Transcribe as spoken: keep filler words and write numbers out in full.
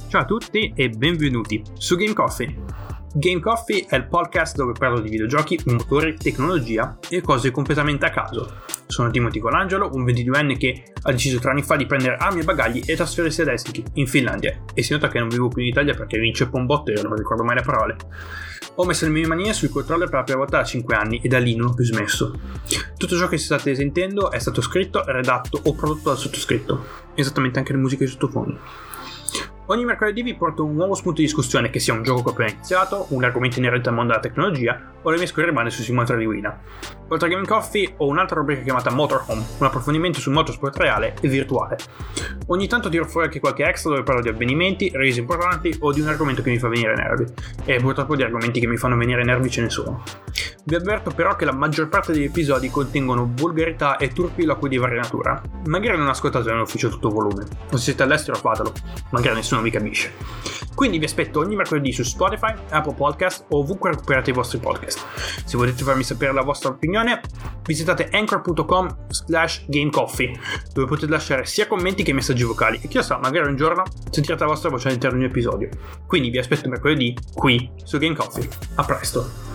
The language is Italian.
Ciao a tutti e benvenuti su Game Coffee. Game Coffee è il podcast dove parlo di videogiochi, motori, tecnologia e cose completamente a caso. Sono Timothy Colangelo, un ventiduenne che ha deciso tre anni fa di prendere armi e bagagli e trasferirsi ad Helsinki, in Finlandia. E si nota che non vivo più in Italia perché mi inceppo un botto e non ricordo mai le parole. Ho messo le mie manine sui controller per la prima volta da cinque anni e da lì non ho più smesso. Tutto ciò che state sentendo è stato scritto, redatto o prodotto dal sottoscritto. Esattamente anche le musiche di sottofondo. Ogni mercoledì vi porto un nuovo spunto di discussione, che sia un gioco che ho appena iniziato, un argomento inerente al mondo della tecnologia o le mie scuole urbane su simulatori di guida. Oltre a Game Coffee ho un'altra rubrica chiamata Motorhome, un approfondimento sul motorsport reale e virtuale. Ogni tanto tiro fuori anche qualche extra dove parlo di avvenimenti, resi importanti o di un argomento che mi fa venire nervi. E purtroppo di argomenti che mi fanno venire nervi ce ne sono. Vi avverto però che la maggior parte degli episodi contengono volgarità e turpiloqui di varia natura. Magari non ascoltate nell'ufficio a tutto volume, o se siete all'estero fatelo, magari nessuno vi capisce. Quindi vi aspetto ogni mercoledì su Spotify, Apple Podcast o ovunque recuperate i vostri podcast. Se volete farmi sapere la vostra opinione, visitate anchor.com slash gamecoffee, dove potete lasciare sia commenti che messaggi vocali e chissà, magari un giorno sentirete la vostra voce all'interno di un episodio. Quindi vi aspetto mercoledì qui su Game Coffee. A presto!